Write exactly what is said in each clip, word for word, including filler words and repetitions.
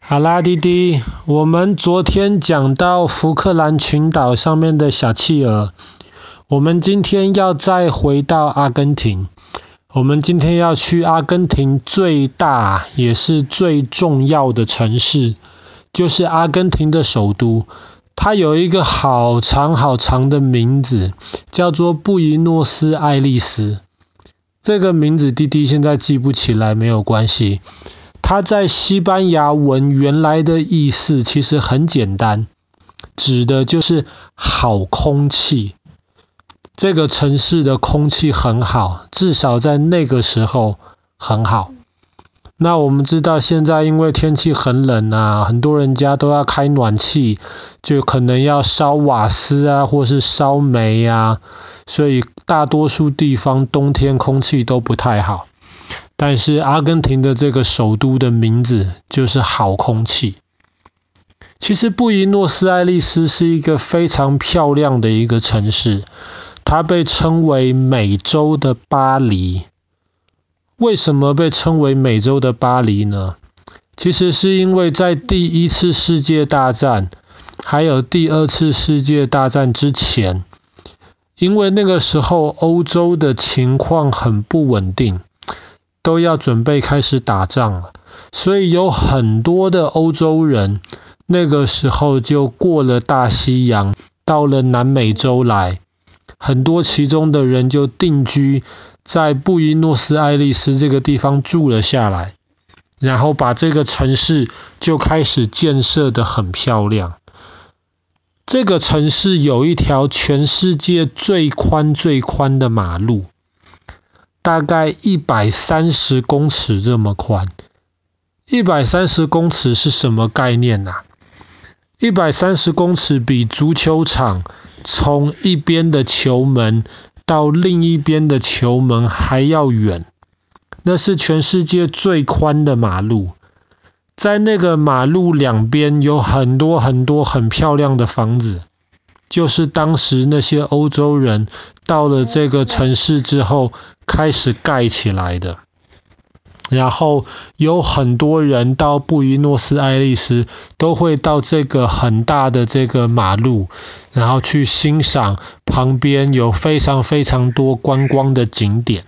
好啦，弟弟，我们昨天讲到福克兰群岛上面的小企鹅，我们今天要再回到阿根廷。我们今天要去阿根廷最大也是最重要的城市，就是阿根廷的首都。它有一个好长好长的名字，叫做布宜诺斯艾利斯。这个名字弟弟现在记不起来，没有关系。它在西班牙文原来的意思其实很简单，指的就是好空气。这个城市的空气很好，至少在那个时候很好。那我们知道现在因为天气很冷啊，很多人家都要开暖气，就可能要烧瓦斯啊，或是烧煤啊，所以大多数地方冬天空气都不太好。但是阿根廷的这个首都的名字就是好空气。其实布宜诺斯艾利斯是一个非常漂亮的一个城市，它被称为美洲的巴黎。为什么被称为美洲的巴黎呢？其实是因为在第一次世界大战还有第二次世界大战之前，因为那个时候欧洲的情况很不稳定，都要准备开始打仗了，所以有很多的欧洲人那个时候就过了大西洋，到了南美洲来，很多其中的人就定居在布宜诺斯艾利斯这个地方住了下来，然后把这个城市就开始建设得很漂亮。这个城市有一条全世界最宽最宽的马路，大概一百三十公尺这么宽。一百三十公尺是什么概念啊？一百三十公尺比足球场从一边的球门到另一边的球门还要远。那是全世界最宽的马路。在那个马路两边有很多很多很漂亮的房子，就是当时那些欧洲人到了这个城市之后开始盖起来的。然后有很多人到布宜诺斯艾利斯都会到这个很大的这个马路，然后去欣赏旁边有非常非常多观光的景点。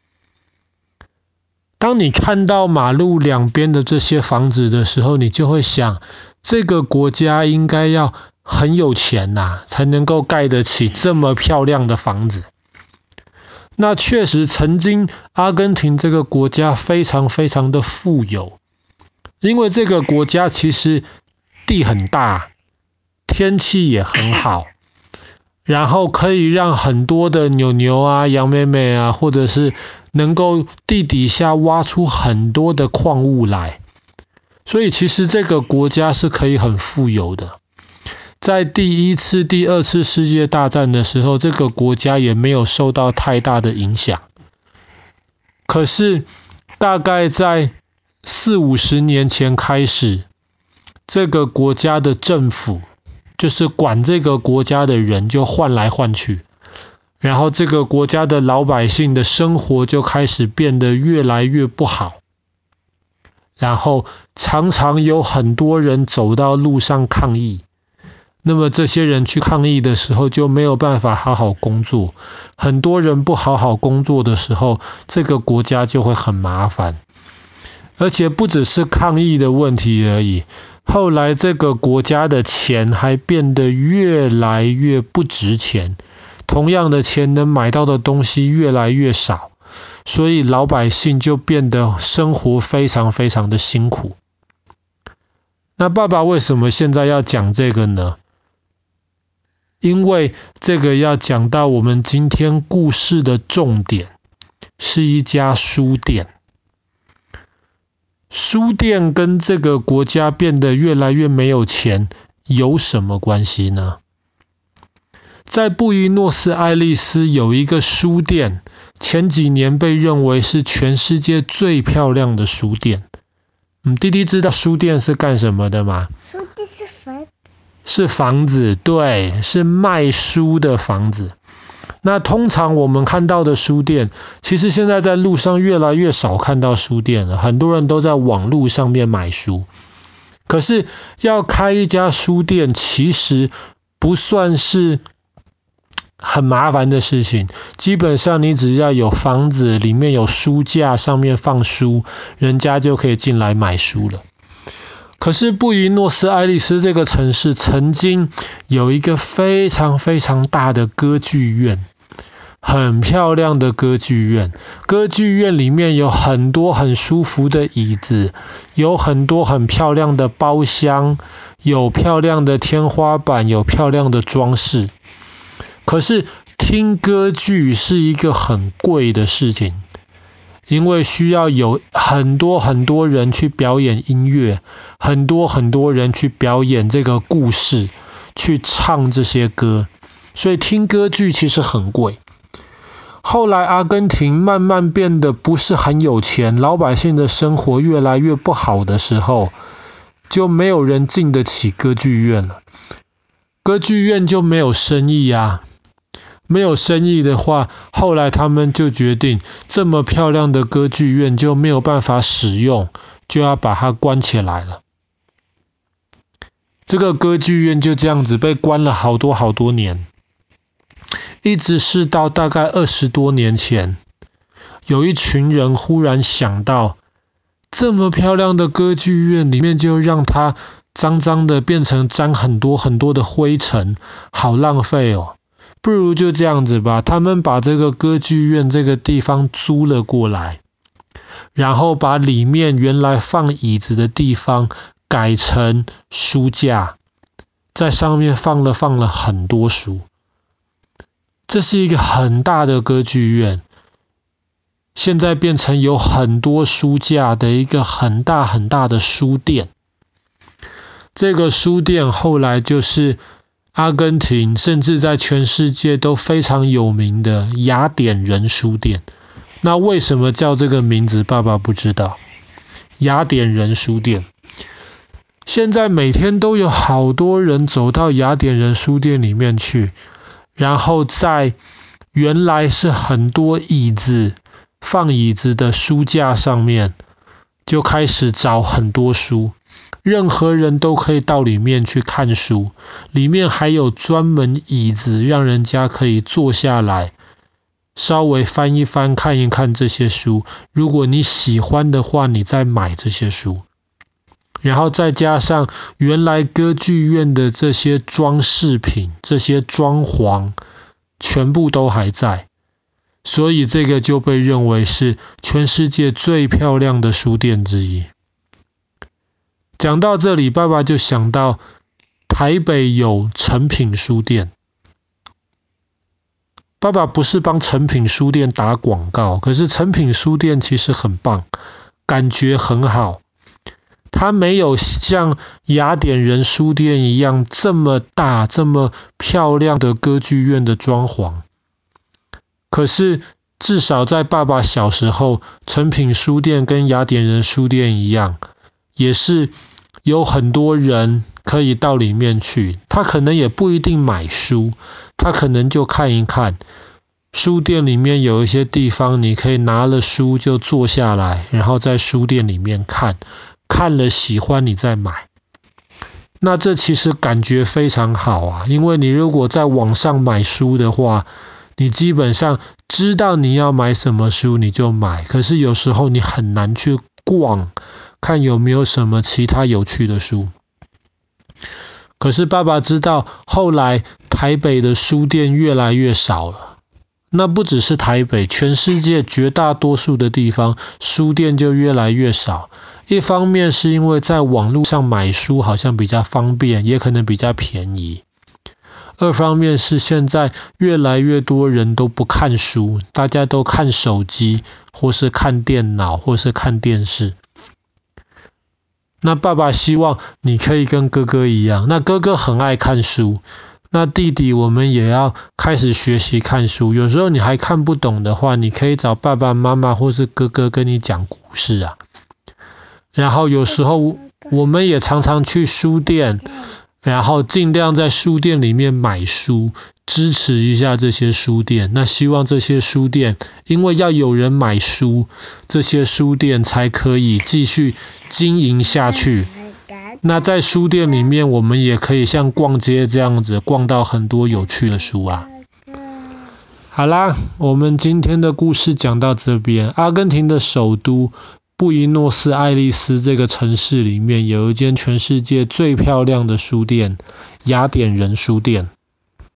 当你看到马路两边的这些房子的时候，你就会想，这个国家应该要很有钱啊，才能够盖得起这么漂亮的房子。那确实曾经阿根廷这个国家非常非常的富有，因为这个国家其实地很大，天气也很好，然后可以让很多的牛牛啊、羊妹妹啊，或者是能够地底下挖出很多的矿物来，所以其实这个国家是可以很富有的。在第一次、第二次世界大战的时候，这个国家也没有受到太大的影响。可是大概在四五十年前开始，这个国家的政府，就是管这个国家的人就换来换去，然后这个国家的老百姓的生活就开始变得越来越不好，然后常常有很多人走到路上抗议。那么这些人去抗议的时候就没有办法好好工作，很多人不好好工作的时候，这个国家就会很麻烦。而且不只是抗议的问题而已，后来这个国家的钱还变得越来越不值钱，同样的钱能买到的东西越来越少，所以老百姓就变得生活非常非常的辛苦。那爸爸为什么现在要讲这个呢？因为这个要讲到我们今天故事的重点，是一家书店。书店跟这个国家变得越来越没有钱有什么关系呢？在布宜诺斯艾利斯有一个书店，前几年被认为是全世界最漂亮的书店。嗯，弟弟知道书店是干什么的吗？ 书店是房是房子，对，是卖书的房子。那通常我们看到的书店，其实现在在路上越来越少看到书店了，很多人都在网络上面买书。 可是要开一家书店其实不算是很麻烦的事情，基本上你只要有房子，里面有书架，上面放书，人家就可以进来买书了。可是布宜诺斯艾利斯这个城市曾经有一个非常非常大的歌剧院，很漂亮的歌剧院。歌剧院里面有很多很舒服的椅子，有很多很漂亮的包厢，有漂亮的天花板，有漂亮的装饰。可是听歌剧是一个很贵的事情，因为需要有很多很多人去表演音乐，很多很多人去表演这个故事，去唱这些歌，所以听歌剧其实很贵。后来阿根廷慢慢变得不是很有钱，老百姓的生活越来越不好的时候，就没有人进得起歌剧院了，歌剧院就没有生意啊。没有生意的话，后来他们就决定这么漂亮的歌剧院就没有办法使用，就要把它关起来了。这个歌剧院就这样子被关了好多好多年，一直是到大概二十多年前，有一群人忽然想到，这么漂亮的歌剧院里面就让它脏脏的变成沾很多很多的灰尘，好浪费哦。不如就这样子吧，他们把这个歌剧院这个地方租了过来，然后把里面原来放椅子的地方改成书架，在上面放了放了很多书。这是一个很大的歌剧院，现在变成有很多书架的一个很大很大的书店。这个书店后来就是阿根廷甚至在全世界都非常有名的雅典人书店。那为什么叫这个名字，爸爸不知道。雅典人书店，现在每天都有好多人走到雅典人书店里面去，然后在原来是很多椅子放椅子的书架上面就开始找很多书，任何人都可以到里面去看书，里面还有专门椅子让人家可以坐下来稍微翻一翻看一看这些书，如果你喜欢的话你再买这些书，然后再加上原来歌剧院的这些装饰品，这些装潢全部都还在，所以这个就被认为是全世界最漂亮的书店之一。讲到这里，爸爸就想到台北有诚品书店。爸爸不是帮诚品书店打广告，可是诚品书店其实很棒，感觉很好。它没有像雅典人书店一样这么大这么漂亮的歌剧院的装潢，可是至少在爸爸小时候，诚品书店跟雅典人书店一样，也是有很多人可以到里面去，他可能也不一定买书，他可能就看一看。书店里面有一些地方你可以拿了书就坐下来，然后在书店里面看，看了喜欢你再买。那这其实感觉非常好啊，因为你如果在网上买书的话，你基本上知道你要买什么书你就买，可是有时候你很难去逛，看有没有什么其他有趣的书。可是爸爸知道，后来台北的书店越来越少了。那不只是台北，全世界绝大多数的地方，书店就越来越少。一方面是因为在网络上买书好像比较方便，也可能比较便宜。二方面是现在越来越多人都不看书，大家都看手机，或是看电脑，或是看电视。那爸爸希望你可以跟哥哥一样，那哥哥很爱看书，那弟弟我们也要开始学习看书。有时候你还看不懂的话，你可以找爸爸妈妈或是哥哥跟你讲故事啊。然后有时候我们也常常去书店，然后尽量在书店里面买书，支持一下这些书店。那希望这些书店，因为要有人买书，这些书店才可以继续经营下去， 那在书店里面，我们也可以像逛街这样子逛到很多有趣的书啊。好啦，我们今天的故事讲到这边。阿根廷的首都布宜诺斯艾利斯这个城市里面有一间全世界最漂亮的书店——雅典人书店。